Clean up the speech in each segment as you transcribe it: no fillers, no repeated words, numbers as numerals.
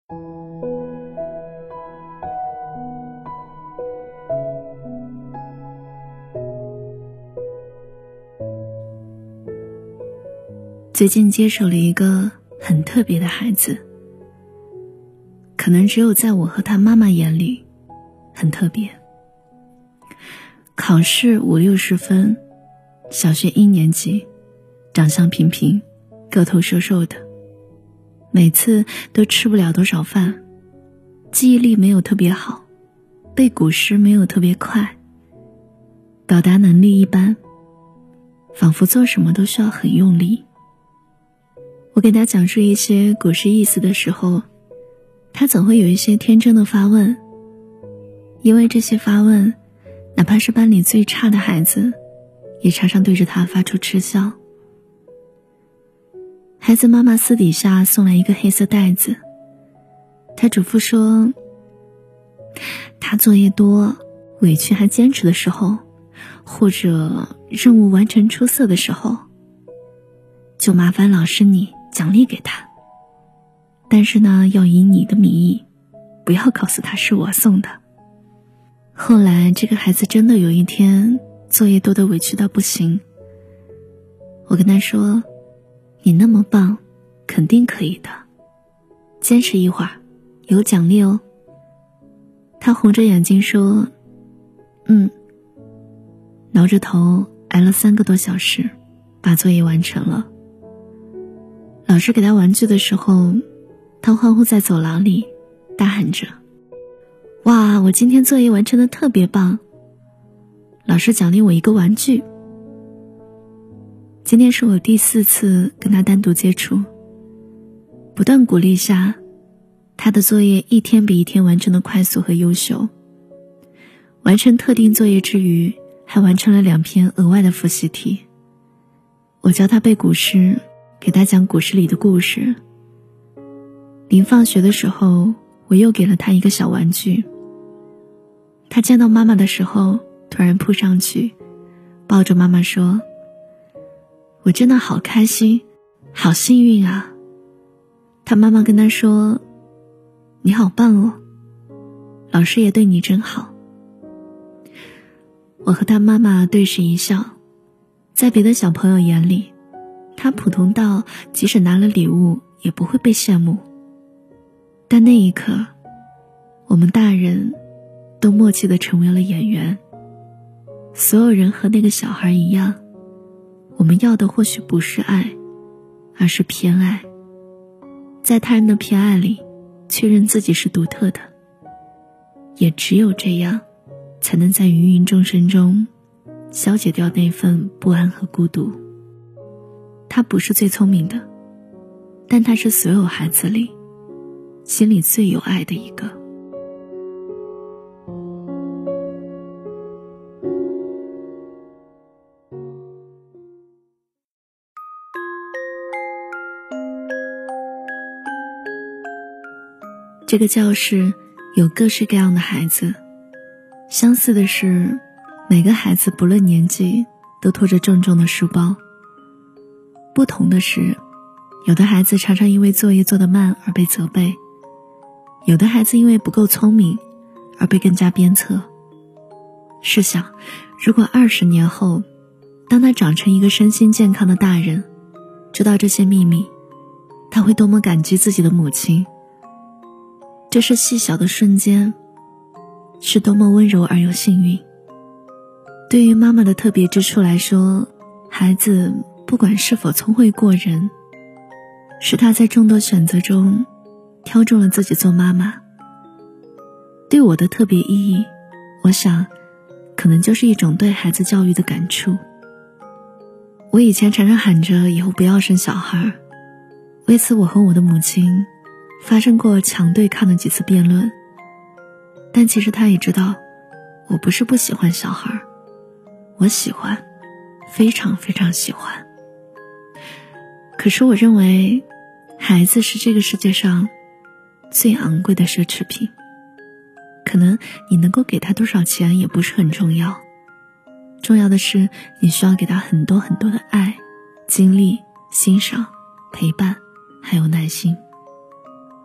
最近接手了一个很特别的孩子，可能只有在我和他妈妈眼里很特别。考试50-60分，小学1年级，长相平平，个头瘦瘦的，每次都吃不了多少饭，记忆力没有特别好，背古诗没有特别快，表达能力一般，仿佛做什么都需要很用力。我给他讲述一些古诗意思的时候，他总会有一些天真的发问，因为这些发问，哪怕是班里最差的孩子，也常常对着他发出嗤笑。孩子妈妈私底下送来一个黑色袋子，他嘱咐说，他作业多，委屈还坚持的时候，或者任务完成出色的时候，就麻烦老师你奖励给他，但是呢，要以你的名义，不要告诉他是我送的。后来这个孩子真的有一天作业多得委屈到不行，我跟他说，你那么棒，肯定可以的，坚持一会儿，有奖励哦。他红着眼睛说，挠着头挨了3个多小时，把作业完成了。老师给他玩具的时候，他欢呼在走廊里，大喊着，哇，我今天作业完成的特别棒，老师奖励我一个玩具。今天是我第4次跟他单独接触，不断鼓励下，他的作业一天比一天完成的快速和优秀。完成特定作业之余，还完成了2篇额外的复习题。我教他背古诗，给他讲古诗里的故事。临放学的时候，我又给了他一个小玩具。他见到妈妈的时候，突然扑上去，抱着妈妈说，我真的好开心，好幸运啊。他妈妈跟他说，你好棒哦，老师也对你真好。我和他妈妈对视一笑，在别的小朋友眼里，他普通到即使拿了礼物也不会被羡慕。但那一刻，我们大人都默契地成为了演员。所有人和那个小孩一样，我们要的或许不是爱，而是偏爱。在他人的偏爱里，确认自己是独特的。也只有这样，才能在芸芸众生中消解掉那份不安和孤独。他不是最聪明的，但他是所有孩子里心里最有爱的一个。这个教室有各式各样的孩子，相似的是，每个孩子不论年纪都拖着重重的书包。不同的是，有的孩子常常因为作业做得慢而被责备，有的孩子因为不够聪明而被更加鞭策。试想，如果20年后，当他长成一个身心健康的大人，知道这些秘密，他会多么感激自己的母亲。这是细小的瞬间，是多么温柔而又幸运。对于妈妈的特别之处来说，孩子不管是否聪慧过人，是他在众多选择中挑中了自己做妈妈。对我的特别意义，我想可能就是一种对孩子教育的感触。我以前常常喊着以后不要生小孩，为此我和我的母亲发生过强对抗的几次辩论，但其实她也知道，我不是不喜欢小孩，我喜欢，非常非常喜欢。可是我认为，孩子是这个世界上最昂贵的奢侈品，可能你能够给他多少钱也不是很重要，重要的是你需要给他很多很多的爱、精力、欣赏、陪伴，还有耐心。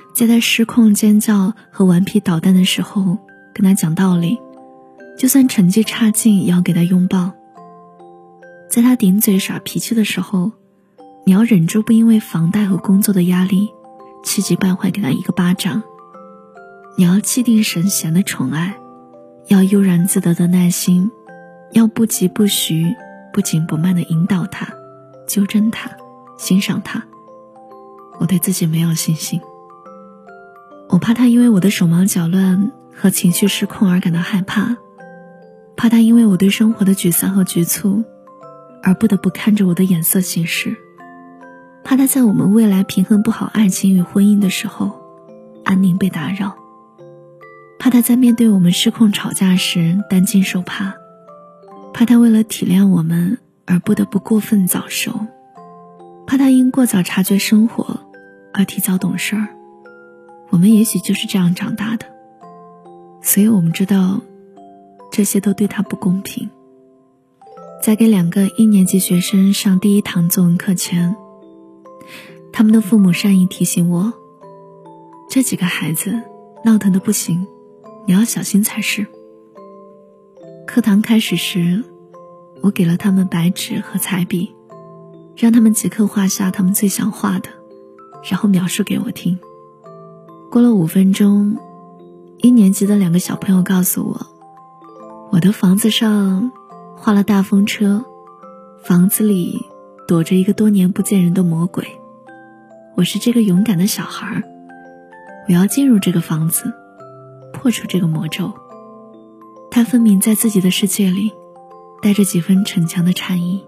在他失控尖叫和顽皮捣蛋的时候跟他讲道理，就算成绩差劲也要给他拥抱。在他顶嘴耍脾气的时候，你要忍住不因为房贷和工作的压力气急败坏给他一个巴掌。你要气定神闲的宠爱，要悠然自得的耐心，要不急不徐不紧不慢的引导他，纠正他，欣赏他。我对自己没有信心，我怕他因为我的手忙脚乱和情绪失控而感到害怕，怕他因为我对生活的沮丧和局促而不得不看着我的眼色行事，怕他在我们未来平衡不好爱情与婚姻的时候安宁被打扰，怕他在面对我们失控吵架时担惊受怕，怕他为了体谅我们而不得不过分早熟，怕他因过早察觉生活而提早懂事儿。我们也许就是这样长大的，所以我们知道这些都对他不公平。在给2个1年级学生上第1堂作文课前，他们的父母善意提醒我，这几个孩子闹腾得不行，你要小心才是。课堂开始时，我给了他们白纸和彩笔，让他们即刻画下他们最想画的，然后描述给我听。过了5分钟，1年级的2个小朋友告诉我，我的房子上画了大风车，房子里躲着一个多年不见人的魔鬼。我是这个勇敢的小孩，我要进入这个房子，破除这个魔咒。他分明在自己的世界里带着几分逞强的禅意。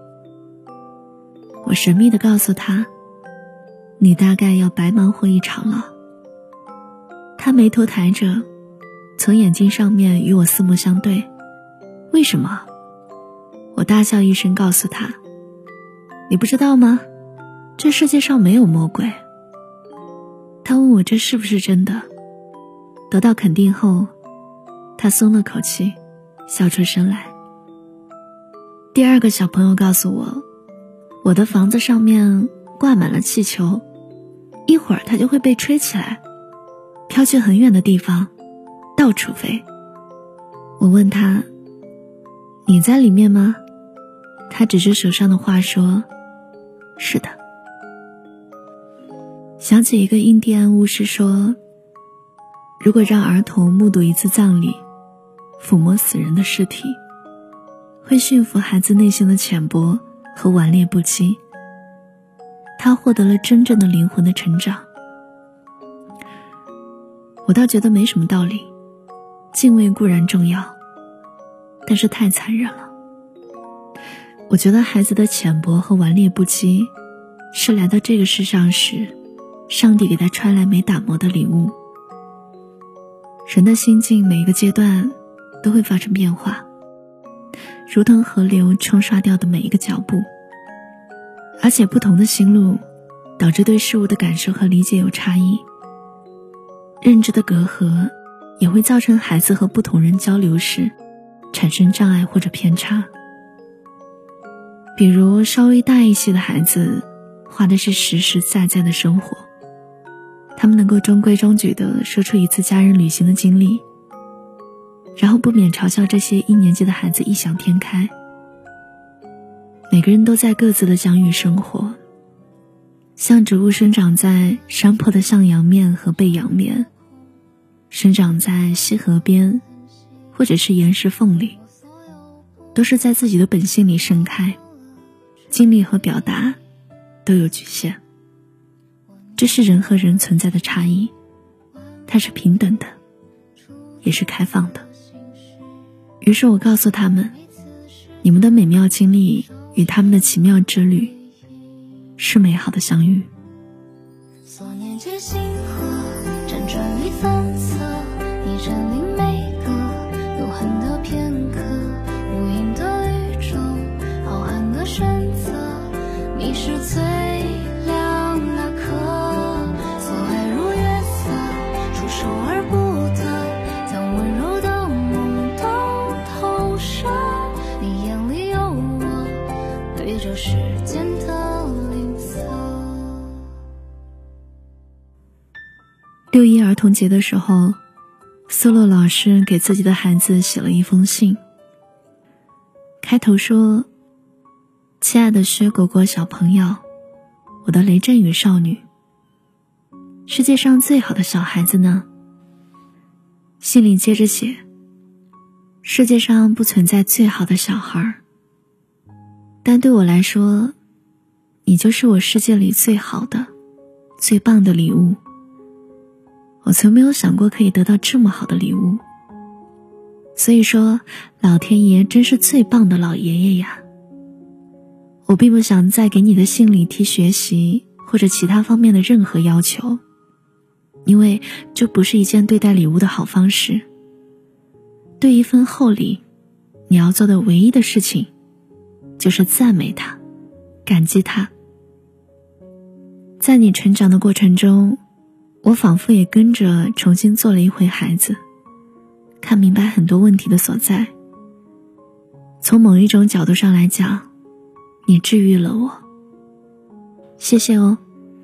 我神秘地告诉他，你大概要白忙活一场了。他眉头抬着，从眼睛上面与我四目相对。为什么？我大笑一声告诉他，你不知道吗？这世界上没有魔鬼。他问我这是不是真的，得到肯定后，他松了口气，笑出声来。第2个小朋友告诉我，我的房子上面挂满了气球，一会儿它就会被吹起来，飘去很远的地方，到处飞。我问他，你在里面吗？他指着手上的画说，是的。想起一个印第安巫师说，如果让儿童目睹一次葬礼，抚摸死人的尸体，会驯服孩子内心的浅薄和顽劣不羁，他获得了真正的灵魂的成长。我倒觉得没什么道理，敬畏固然重要，但是太残忍了。我觉得孩子的浅薄和顽劣不羁是来到这个世上时上帝给他穿来没打磨的礼物。人的心境每一个阶段都会发生变化，如同河流冲刷掉的每一个脚步，而且不同的心路导致对事物的感受和理解有差异，认知的隔阂也会造成孩子和不同人交流时产生障碍或者偏差。比如稍微大一些的孩子画的是实实在在的生活，他们能够中规中矩地说出一次家人旅行的经历，然后不免嘲笑这些1年级的孩子异想天开。每个人都在各自的疆域生活，像植物生长在山坡的向阳面和背阳面，生长在溪河边或者是岩石缝里，都是在自己的本性里盛开，经历和表达都有局限。这是人和人存在的差异，它是平等的，也是开放的。于是我告诉他们，你们的美妙经历与他们的奇妙之旅是美好的相遇。 所念皆星河，辗转里反侧，你占领每个永恒的片刻，无垠的宇宙，浩瀚的选择，你是最亮那颗，所爱如月色，触手而不得，将温柔的梦都投射，你眼里有我，对着时间的吝啬。 6·1儿童节的时候，苏洛老师给自己的孩子写了一封信，开头说：亲爱的薛果果小朋友，我的雷阵雨少女，世界上最好的小孩子呢？信里接着写：世界上不存在最好的小孩，但对我来说，你就是我世界里最好的、最棒的礼物。我从没有想过可以得到这么好的礼物，所以说，老天爷真是最棒的老爷爷呀！我并不想再给你的信里提学习或者其他方面的任何要求，因为这不是一件对待礼物的好方式。对一份厚礼，你要做的唯一的事情，就是赞美它，感激它。在你成长的过程中，我仿佛也跟着重新做了一回孩子，看明白很多问题的所在。从某一种角度上来讲，你治愈了我，谢谢哦。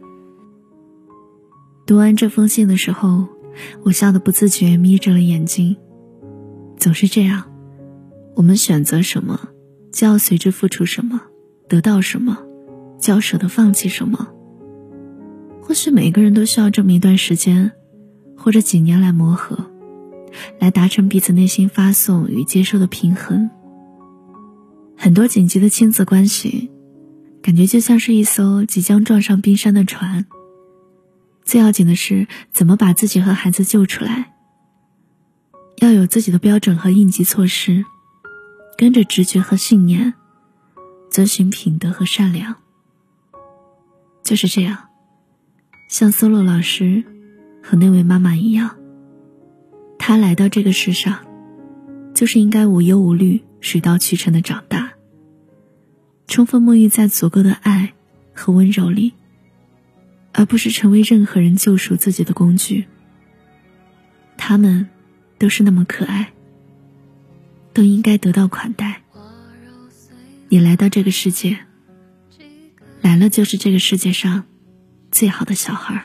读完这封信的时候，我笑得不自觉眯着了眼睛。总是这样，我们选择什么，就要随之付出什么，得到什么，就要舍得放弃什么。或许每个人都需要这么一段时间，或者几年来磨合，来达成彼此内心发送与接受的平衡。很多紧急的亲子关系，感觉就像是一艘即将撞上冰山的船，最要紧的是怎么把自己和孩子救出来。要有自己的标准和应急措施，跟着直觉和信念，遵循品德和善良。就是这样，像苏洛老师和那位妈妈一样，她来到这个世上，就是应该无忧无虑、水到渠成的长大，充分沐浴在足够的爱和温柔里，而不是成为任何人救赎自己的工具。他们都是那么可爱，都应该得到款待。你来到这个世界，来了就是这个世界上最好的小孩。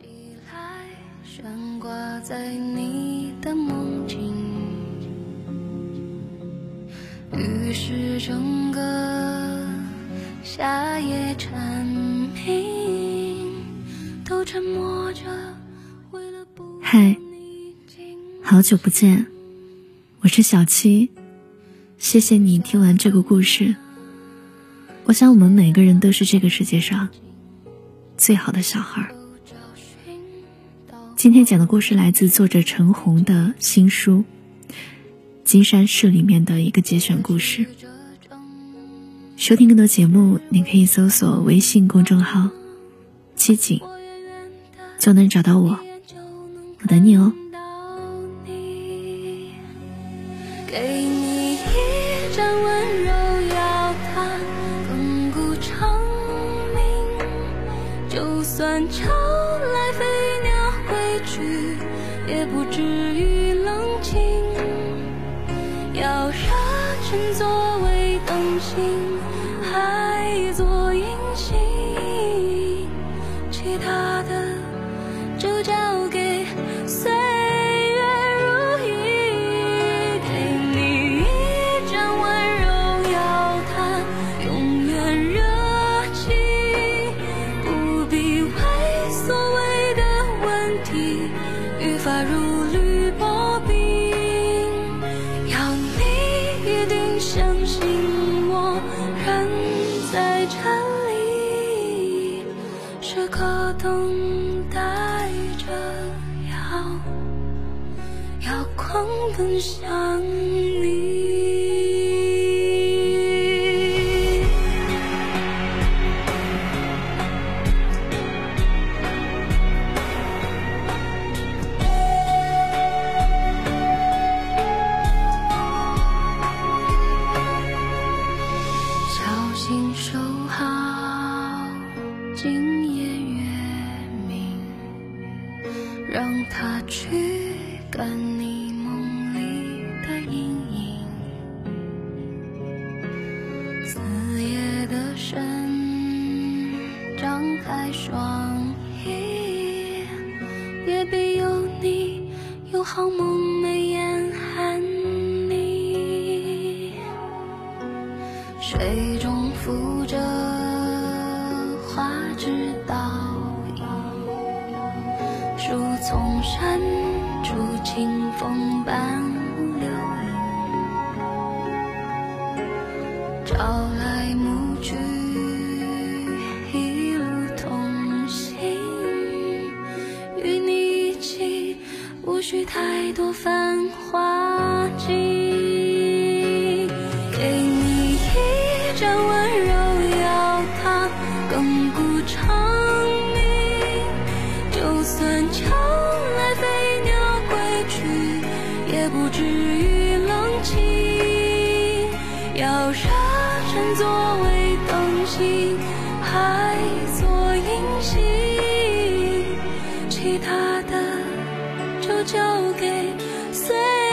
悬挂在你的梦境，于是整个夏夜蝉鸣都沉默着，为了不嗨，好久不见，我是小七，谢谢你听完这个故事。我想我们每个人都是这个世界上最好的小孩。今天讲的故事来自作者陈红的新书《金山寺》里面的一个节选故事。收听更多节目，你可以搜索微信公众号七景，就能找到我。我等你哦。 给你一盏温柔，要它亘古长明。就算潮来飞鸟回去，也不至于冷清。要热忱作为灯芯，还做引擎，其他的就交给岁月如影。给你一盏温柔，要它永远热情，不必为所谓的问题愈发如履薄冰。要你一定相信我，人在这里，时刻等待着要狂奔向你。小心守好今夜月明，让它驱赶你梦里的阴影。四野的神张开双翼，也比好梦眉眼含你，水中浮着花枝倒影，树丛闪出清风般流萤，朝来暮去一路同行，与你一起无需太多繁华景，给你一盏温柔摇它亘古长明，就算秋来飞鸟归去，也不至于冷清，要热忱作为灯芯，爱做引信，其他的就交给随